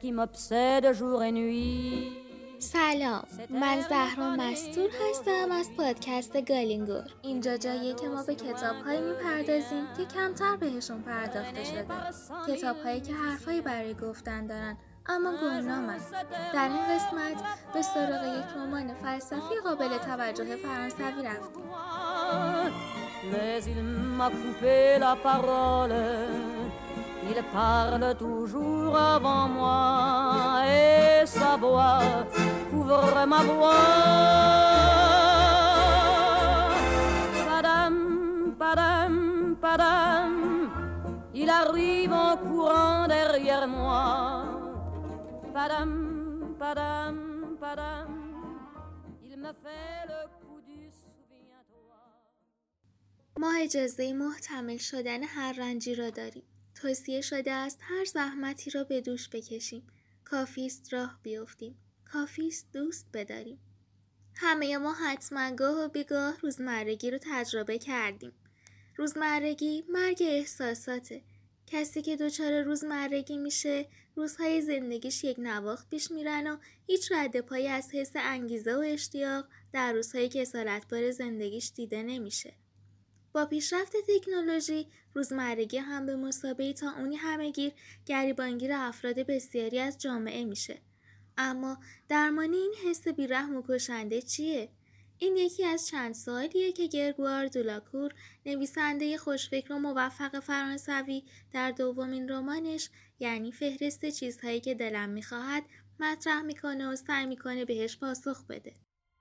qui m'obsède jour et nuit. سلام، من زهرا مستور هستم از پادکست گالینگور. اینجا جاییه که ما به کتاب‌هایی میپردازیم که کمتر بهشون پرداخته شده، کتاب‌هایی که حرفایی برای گفتن دارن اما گمنامن. در این قسمت به سراغ یک رمان فلسفی قابل توجه فرانسوی رفتیم. Mais il m'a coupé la parole. Il parle toujours avant moi et sa voix couvre ma voix. Padam, padam, padam. Il arrive en courant derrière moi. Padam, padam, padam. Il me fait le coup du souviens-toi. ما اجازه محتمل شدن هر رنجی را داریم. توصیه شده است هر زحمتی را به دوش بکشیم. کافیست راه بیفتیم. کافیست دوست بداریم. همه ما حتما گاه و بیگاه روزمرگی رو تجربه کردیم. روزمرگی مرگ احساساته. کسی که دچار روزمرگی میشه، روزهای زندگیش یک نواخت پیش میرن و هیچ رد پایی از حس انگیزه و اشتیاق در روزهای کسالتبار زندگیش دیده نمیشه. با پیشرفت تکنولوژی، روزمرگی هم به مثابه تا اونی همه‌گیر گریبانگیر افراد بسیاری از جامعه میشه. اما درمان این حس بیرحم و کشنده چیه؟ این یکی از چند سوالیه که گرگوار دولاکور، نویسنده خوشفکر و موفق فرانسوی، در دومین رمانش یعنی فهرست چیزهایی که دلم میخواهد مطرح میکنه و سعی میکنه بهش پاسخ بده.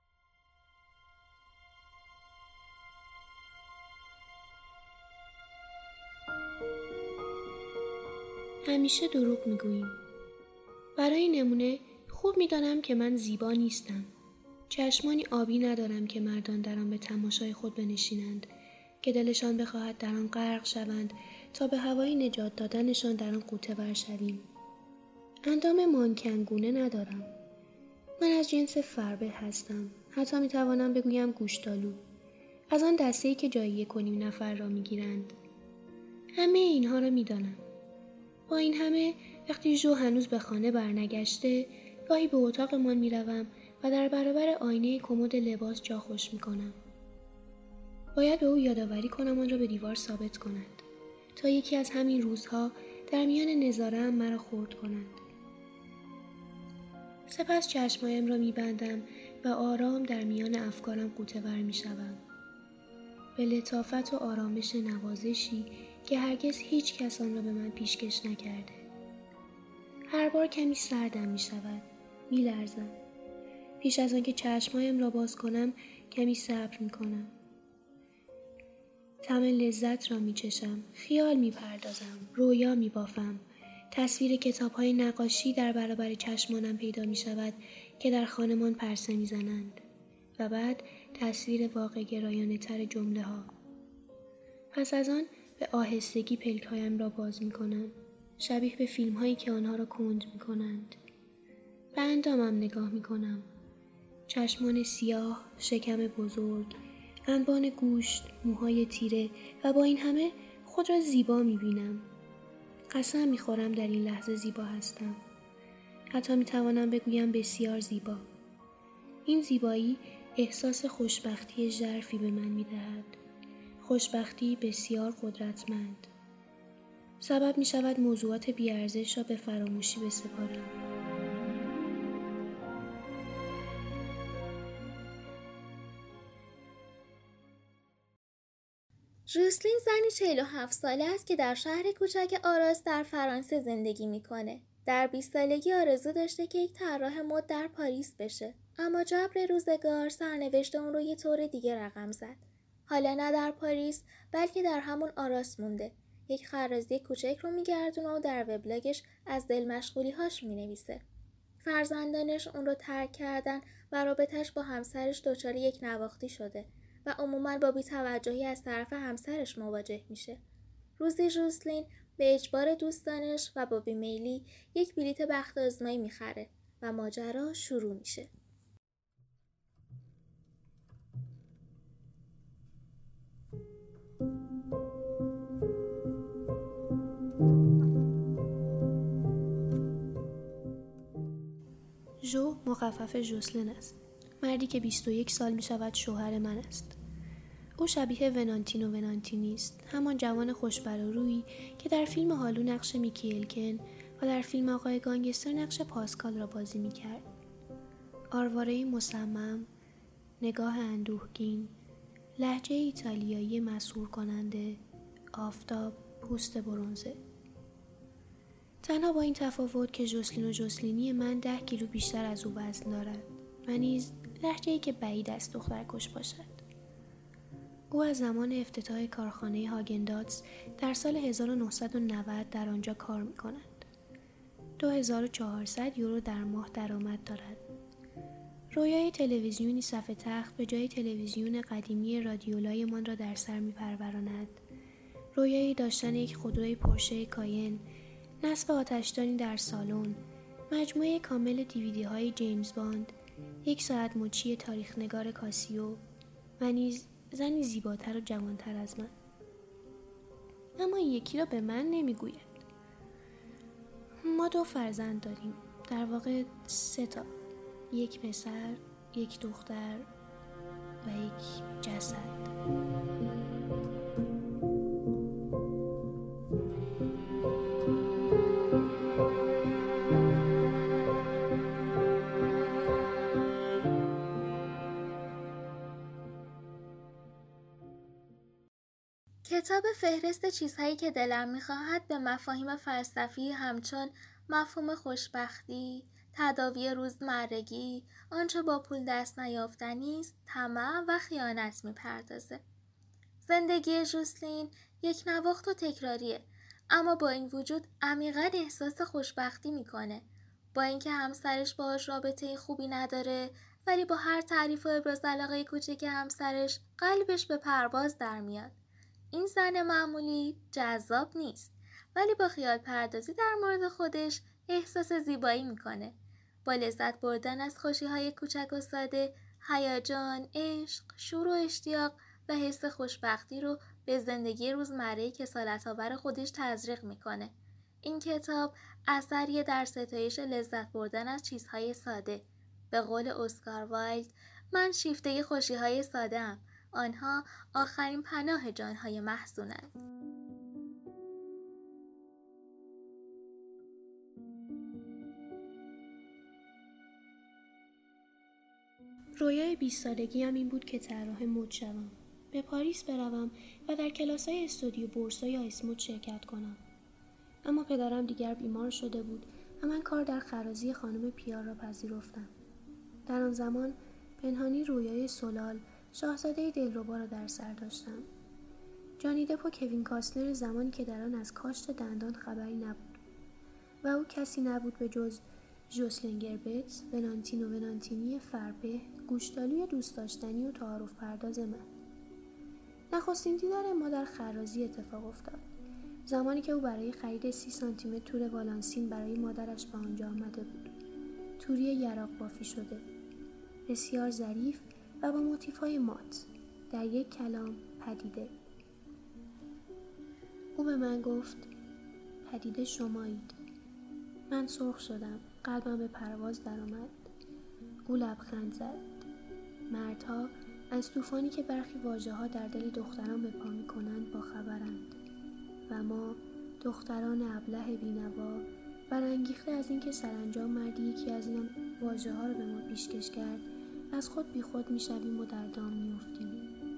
همیشه دروغ میگوییم. برای نمونه خوب میدانم که من زیبا نیستم. چشمانی آبی ندارم که مردان در آن به تماشای خود بنشینند، که دلشان بخواهد در آن غرق شوند تا به هوای نجات دادنشان در آن غوطه ور شویم. اندام مانکنگونه ندارم. من از جنس فربه هستم. حتی میتوانم بگویم گوشتالو. از آن دسته‌ای که جایی کنیم نفر را میگیرند. همه اینها را میدانم. با این همه وقتی جو هنوز به خانه برنگشته، گاهی به اتاقمان میروم و در برابر آینه کمد لباس جا خوش میکنم. باید به او یادآوری کنم آن را به دیوار ثابت کند تا یکی از همین روزها در میان نظاره‌ام مرا خرد کند. سپس چشمایم را میبندم و آرام در میان افکارم غوطه ور میشوم. به لطافت و آرامش نوازشی که هرگز هیچ کس آن را به من پیشکش نکرده. هر بار کمی سردم می شود. می لرزم. پیش از آن که چشمایم را باز کنم کمی صبر می کنم. طعم لذت را می چشم. خیال می پردازم. رویا می بافم. تصویر کتاب‌های نقاشی در برابر چشمانم پیدا می شود که در خانمان پرسه می زنند. و بعد تصویر واقع گرایانه تر جمله ها. پس از آن به آهستگی پلک‌هایم را باز می‌کنم، شبیه به فیلم‌هایی که آنها را کند می‌کنند. به اندامم نگاه می‌کنم. چشمان سیاه، شکم بزرگ، انبان گوشت، موهای تیره و با این همه خود را زیبا می‌بینم. قسم می‌خورم در این لحظه زیبا هستم. حتی می‌توانم بگویم بسیار زیبا. این زیبایی احساس خوشبختی ژرفی به من می‌دهد. خوشبختی بسیار قدرتمند. سبب می شود موضوعات بی‌ارزش را به فراموشی بسپارم. ژوسلین زنی 47 ساله است که در شهر کوچک آراس در فرانسه زندگی میکنه. در 20 سالگی آرزو داشته که یک طراح مد در پاریس بشه، اما جبر روزگار سرنوشت اون رو یه طور دیگه رقم زد. حالا نه در پاریس بلکه در همون آراس مونده. یک خرازی کوچک رو میگردونه و در وبلاگش از دل مشغولی‌هاش مینویسه. فرزندانش اون رو ترک کردن و رابطش با همسرش دچار یک نواختی شده و عموماً با بی‌توجهی از طرف همسرش مواجه میشه. روزی ژوسلین به اجبار دوستانش و با بیمیلی یک بلیت بخت آزمایی میخره و ماجرا شروع میشه. مخفف ژوسلن است. مردی که 21 سال می شود شوهر من است. او شبیه ونانتینو ونانتینی است، همان جوان خوش‌برورویی که در فیلم هالو نقش میکی الکن و در فیلم آقای گانگستر نقش پاسکال را بازی میکرد. آرواره‌ای مصمم، نگاه اندوهگین، لهجه ایتالیایی مسحور کننده، آفتاب، پوست برنزه. تنها با این تفاوت که ژوسلین و ژوسلینی من 10 کیلو بیشتر از او وزن دارد و نیز لهجه‌ای که بعید است دخترکش باشد. او از زمان افتتاح کارخانه هاگنداتس در سال 1990 در آنجا کار می‌کند. 2400 یورو در ماه درآمد دارد. رویای تلویزیونی صف تخت به جای تلویزیون قدیمی رادیولایمان را در سر می‌پروراند. رویای داشتن یک خودروی پورشه کاین، نصب آتشدانی در سالن، مجموعه کامل دیویدی‌های جیمز باند، 1 ساعت مچی تاریخ‌نگار کاسیو و نیز زنی زیباتر و جوانتر از من. اما این یکی را به من نمیگوید. ما 2 فرزند داریم، در واقع 3 تا. 1 پسر، 1 دختر و 1 جسد. کتاب فهرست چیزهایی که دلم میخواهد به مفاهیم فلسفی همچون مفهوم خوشبختی، تداوی روزمرگی، آنچه با پول دست نیافتنی است، طمع و خیانت میپردازه. زندگی ژوسلین یک نواخت و تکراریه، اما با این وجود عمیقاً احساس خوشبختی میکنه. با اینکه همسرش باهاش رابطه خوبی نداره، ولی با هر تعریف و ابراز علاقه کوچک همسرش قلبش به پرواز در میاد. این زن معمولی جذاب نیست، ولی با خیال پردازی در مورد خودش احساس زیبایی میکنه. با لذت بردن از خوشی‌های کوچک و ساده، هیجان، عشق، شور و اشتیاق و حس خوشبختی رو به زندگی روزمره کسالت‌آور خودش تزریق میکنه. این کتاب اثریه در ستایش لذت بردن از چیزهای ساده. به قول اسکار وایلد، من شیفته خوشی‌های ساده‌ام. آنها آخرین پناه جانهای محزونند. رویای 20 سالگیم این بود که طراح مد شوم، به پاریس بروم و در کلاس‌های استودیو بورسا یا اسمود شرکت کنم. اما پدرم دیگر بیمار شده بود و من کار در خرازی خانم پیار را پذیرفتم. در آن زمان پنهانی رویای سولال، شاهزاده دلربا را در سر داشتم. جانی دپ و کوین کاستنر زمانی که در آن از کاشت دندان خبری نبود و او کسی نبود به جز ژوسلین گربتس، ونانتینو ونانتینی فربه، گوشتالوی دوست داشتنی و تعارف پرداز من. نخستین دیدار ما در خرازی اتفاق افتاد، زمانی که او برای خرید 30 سانتی متر تور والانسین برای مادرش به آنجا آمده بود. توری یراق بافی شده، بسیار ظریف و با موتیف‌های مات، در یک کلام پدیده. او به من گفت پدیده شمایید. من سرخ شدم، قلبم به پرواز درآمد. او لبخند زد. مردها از طوفانی که برخی واژه‌ها در دل دختران به پا می‌کنند باخبرند و ما دختران ابله بی‌نوا برانگیخته از اینکه سرانجام مردی یکی از این واژه‌ها رو به ما پیشکش کرد، از خود بی خود می‌شویم و در دام می‌افتیم.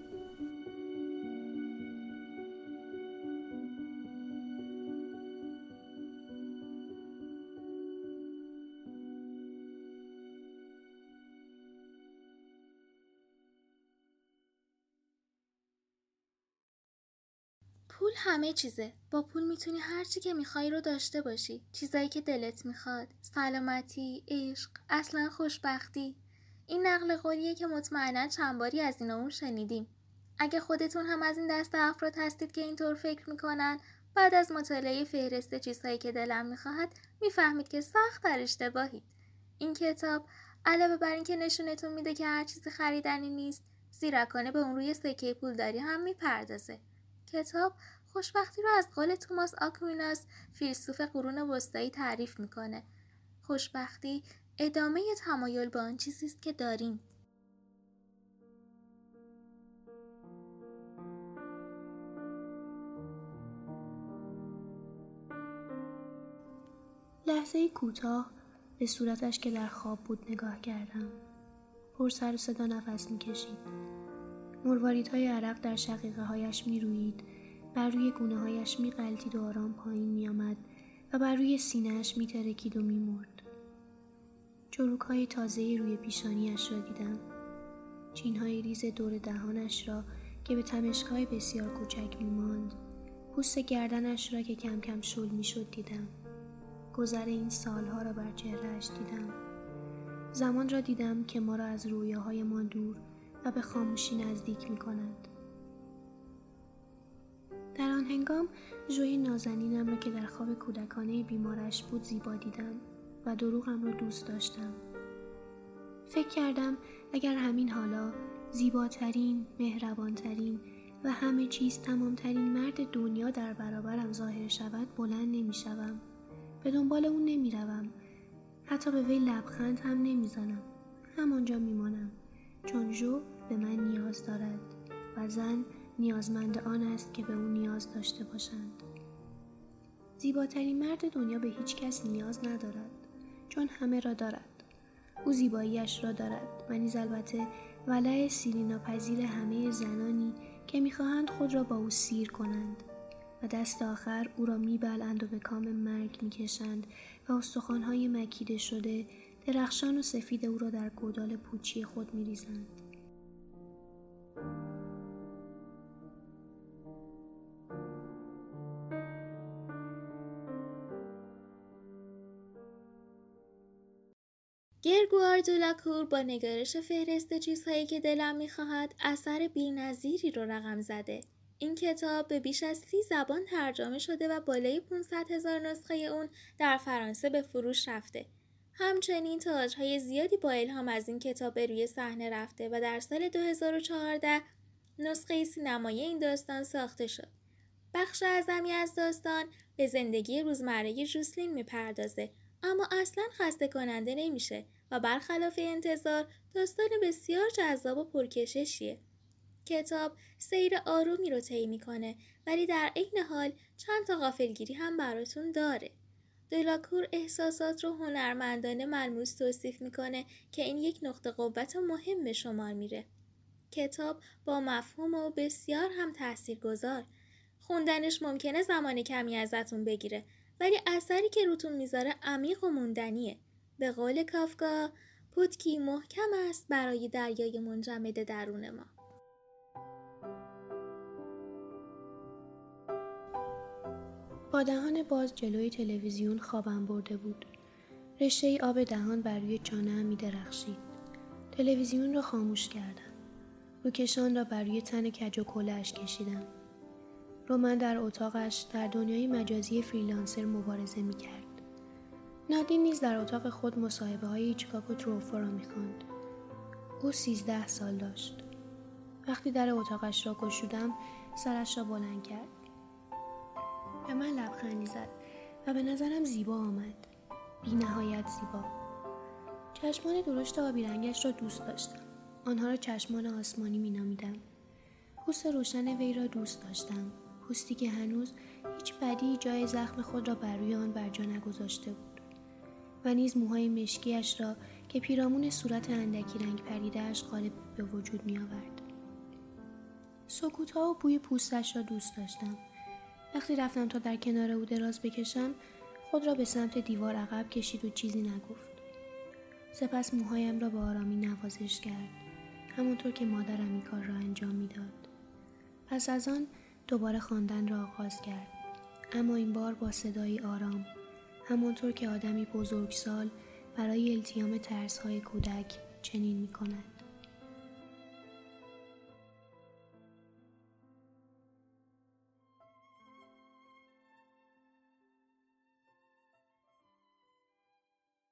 پول همه چیزه. با پول میتونی هر چی که میخوای رو داشته باشی. چیزایی که دلت میخواد، سلامتی، عشق، اصلا خوشبختی. این نقل قولیه که مطمئنا چند باری از این اون شنیدیم. اگه خودتون هم از این دسته افراد هستید که اینطور فکر میکنن، بعد از مطالعه فهرست چیزهایی که دلم میخواهد میفهمید که سخت در اشتباهید. این کتاب علاوه بر این که نشونتون میده که هر چیزی خریدنی نیست، زیرکانه به اون روی سکه پولداری هم میپردازه. کتاب خوشبختی رو از قول توماس آکویناس، فیلسوف قرون وسطایی، تعریف میکنه. خوشبختی ادامه تمایل به آن چیزی است که داریم. لحظه کوتاه به صورتش که در خواب بود نگاه کردم. پر سر و صدا نفس می‌کشید. مرواریدهای عرق در شقیقه هایش می‌رویید، بر روی گونه هایش می‌غلتید و آرام پایین می‌آمد و بر روی سینه‌اش می‌ترکید و می‌مرد. چروک‌های تازه‌ای روی پیشانی‌اش را دیدم. چین‌های ریز دور دهانش را که به تمشک‌های بسیار کوچک می‌ماند. پوست گردنش را که کم کم شل می‌شد دیدم. گذر این سالها را بر چهره‌اش دیدم. زمان را دیدم که ما را از رویاهایمان دور و به خاموشی نزدیک می‌کند. در آن هنگام ژوی نازنینم را که در خواب کودکانه بیمارش بود زیبا دیدم و دروغم را دوست داشتم. فکر کردم اگر همین حالا زیباترین، مهربانترین و همه چیز تمامترین مرد دنیا در برابرم ظاهر شود بلند نمی‌شوم. به دنبال اون نمی‌روم. حتی به وی لبخند هم نمی‌زنم. همانجا می‌مانم چون ژو به من نیاز دارد و زن نیازمند آن است که به او نیاز داشته باشند. زیباترین مرد دنیا به هیچ کس نیاز ندارد چون همه را دارد. او زیباییش را دارد و نیز البته ولع سیریناپذیر همه زنانی که می‌خواهند خود را با او سیر کنند و دست آخر او را می‌بلند و به کام مرگ می‌کشند و استخوان‌های مکیده شده درخشان و سفید او را در گودال پوچی خود می‌ریزند. گرگوار دو لاکور با نگارش فهرست چیزهایی که دلم می‌خواهد اثر بی‌نظیری رو رقم زده. این کتاب به بیش از 30 زبان ترجمه شده و بالای 500,000 نسخه اون در فرانسه به فروش رفته. همچنین تئاترهای زیادی با الهام از این کتاب روی صحنه رفته و در سال 2014 نسخه سینمایی این داستان ساخته شد. بخش اعظمی از داستان به زندگی روزمره ژوسلین میپردازه، اما اصلاً خسته کننده نمیشه و برخلاف انتظار داستان بسیار جذاب و پرکششیه. کتاب سیر آرومی رو طی میکنه ولی در عین حال چند تا غافلگیری هم براتون داره. دلاکور احساسات رو هنرمندانه ملموس توصیف میکنه که این یک نقطه قوت مهم به شمار میره. کتاب با مفهوم و بسیار هم تاثیرگذار. خوندنش ممکنه زمان کمی ازتون بگیره ولی اثری که روتون میذاره عمیق و موندنیه. به قول کافکا پتکی محکم است برای دریای منجمد درون ما. با دهان باز جلوی تلویزیون خوابم برده بود. رشته آب دهان بر روی چانه‌ام می‌درخشید. تلویزیون را خاموش کردم. روکشان را بر روی تن کج و کله‌اش کشیدم. رومن در اتاقش در دنیای مجازی فریلنسر مبارزه می‌کرد. نادین نیز در اتاق خود مصاحبه‌های هیچکاک و تروفو را می‌خواند. او 13 سال داشت. وقتی در اتاقش را گشودم سرش را بلند کرد. به من لبخندی زد و به نظرم زیبا آمد. بی نهایت زیبا. چشمان درشت آبی رنگش را دوست داشتم. آنها را چشمان آسمانی می نامیدم. پوست روشن وی را دوست داشتم. پوستی که هنوز هیچ بدی جای زخم خود را بر روی آن برجا نگذاشته بود. و نیز موهای مشکیش را که پیرامون صورت اندکی رنگ پریده‌اش غالب به وجود می آورد. سکوت‌ها و بوی پوستش را دوست داشتم. وقتی رفتم تا در کنار او دراز بکشم خود را به سمت دیوار عقب کشید و چیزی نگفت. سپس موهایم را به آرامی نوازش کرد، همونطور که مادرم این کار را انجام میداد. پس از آن دوباره خواندن را آغاز کرد، اما این بار با صدایی آرام، همونطور که آدمی بزرگسال برای التیام ترس‌های کودک چنین می‌کند.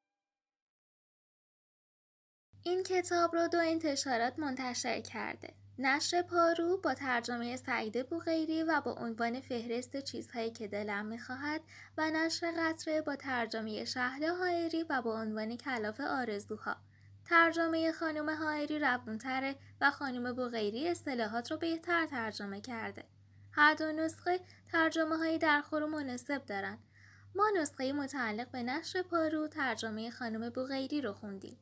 این کتاب رو 2 انتشارات منتشر کرده. نشر پارو با ترجمه سعید بوقیری و با عنوان فهرست چیزهایی که دلم میخواهد و نشر قطره با ترجمه شهله حائری و با عنوان کلاف آرزوها. ترجمه خانم حائری روون‌تره و خانم بوقیری اصطلاحات رو بهتر ترجمه کرده. هر دو نسخه ترجمه هایی درخور و مناسب دارن. ما نسخه متعلق به نشر پارو ترجمه خانم بوقیری رو خوندیم.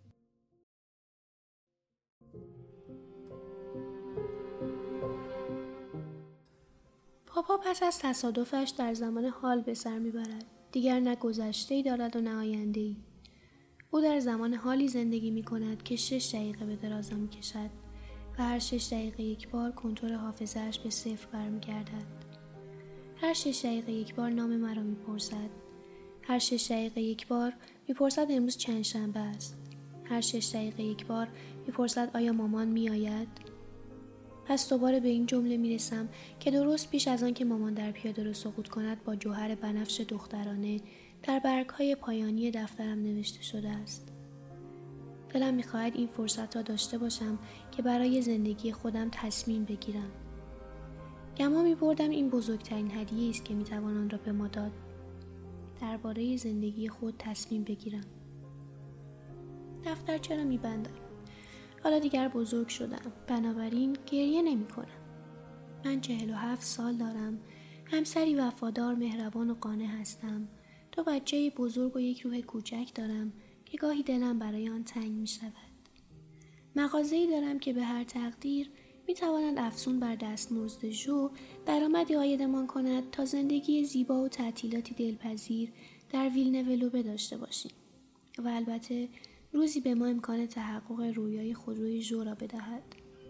پاپا پس از تصادفش در زمان حال به سر میبرد. دیگر نه گذشته‌ای دارد و نه آینده‌ای. او در زمان حالی زندگی میکند که 6 دقیقه به درازا میکشد و هر 6 دقیقه یک بار کنتور حافظه‌اش به 0 برمیگردد. هر 6 دقیقه یک بار نام مرا میپرسد. هر 6 دقیقه یک بار میپرسد امروز چند شنبه است. هر 6 دقیقه یک بار میپرسد آیا مامان میآید؟ پس دوباره به این جمله میرسم که درست پیش از آن که مامان در پیاده رو سقوط کند با جوهر بنفش دخترانه در برگ‌های پایانی دفترم نوشته شده است. دلم می‌خواهد این فرصت را داشته باشم که برای زندگی خودم تصمیم بگیرم. گمان می‌بردم این بزرگترین هدیه است که می‌توان آن را به ما داد. درباره زندگی خود تصمیم بگیرم. دفتر چرا می‌بندم؟ حالا دیگر بزرگ شدم، بنابراین گریه نمی‌کنم. من 47 سال دارم، همسری وفادار، مهربان و قانع هستم. 2 بچه بزرگ و 1 روح کوچک دارم که گاهی دلم برای آن تنگ می‌شود. مغازه‌ای دارم که به هر تقدیر می‌تواند افزون بر دستمزد جو درآمدی عایدمان کند تا زندگی زیبا و تعطیلاتی دلپذیر در ویلنولوبه داشته باشیم و البته روزی به ما امکان تحقق رویای خودروی جو را بدهد.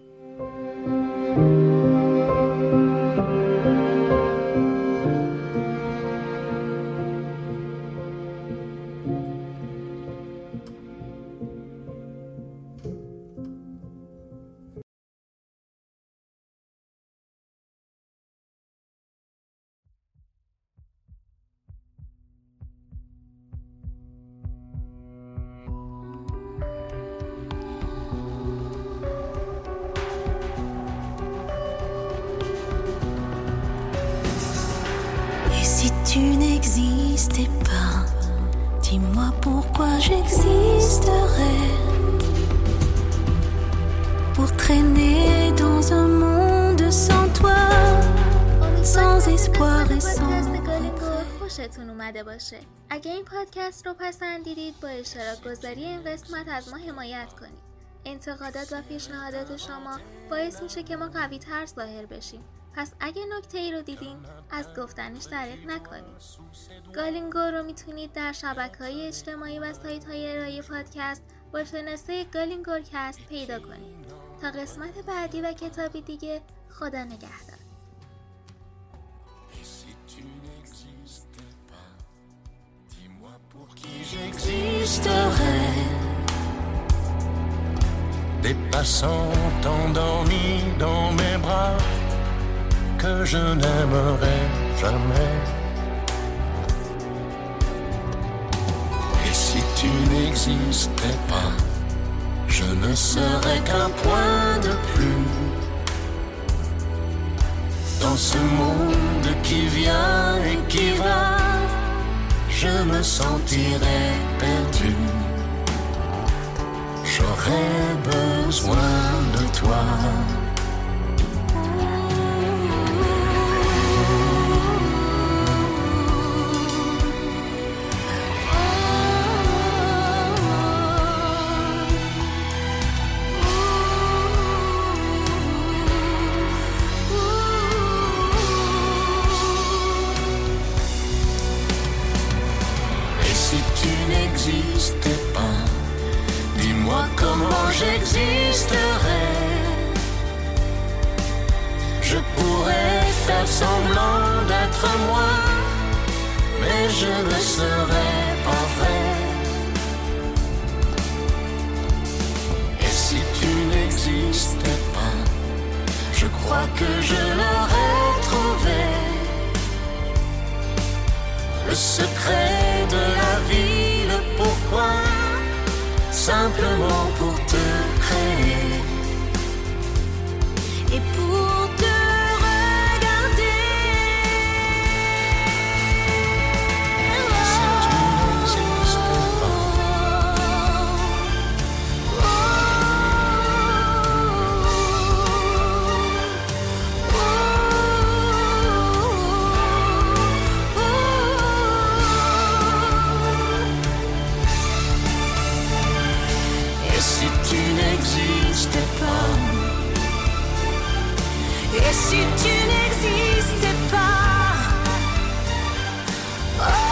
Tu n'existais pas, dis-moi pourquoi j'existerais pour traîner dans un monde sans toi, sans espoir et sans regret. خوشتون اومده باشه. اگه این پادکست رو پسندیدید با اشتراک گذاری این قسمت از ما حمایت کنید. انتقادات و پیشنهادات شما باعث میشه که ما قوی تر ظاهر بشیم. پس اگه نکته ای رو دیدین از گفتنش دریغ نکنید. گالینگو رو میتونید در شبکه‌های اجتماعی و سایت‌های ارائه پادکست با شناسه گالینگورکست پیدا کنید. تا قسمت بعدی و کتابی دیگه، خدا نگهدار. Des passants endormis dans mes bras que je n'aimerai jamais. Et si tu n'existais pas, je ne serais qu'un point de plus dans ce monde qui vient et qui va. Je me sentirais perdu. J'aurais besoin de toi. Et si tu n'existais pas, dis-moi comment j'existerais. Je pourrais faire semblant d'être moi, mais je ne serais pas vrai. Et si tu n'existais pas, je crois que je l'aurais trouvé. Le secret de la vie, le pourquoi, simplement pour te créer. n'existais pas. Et si tu n'existais pas, oh,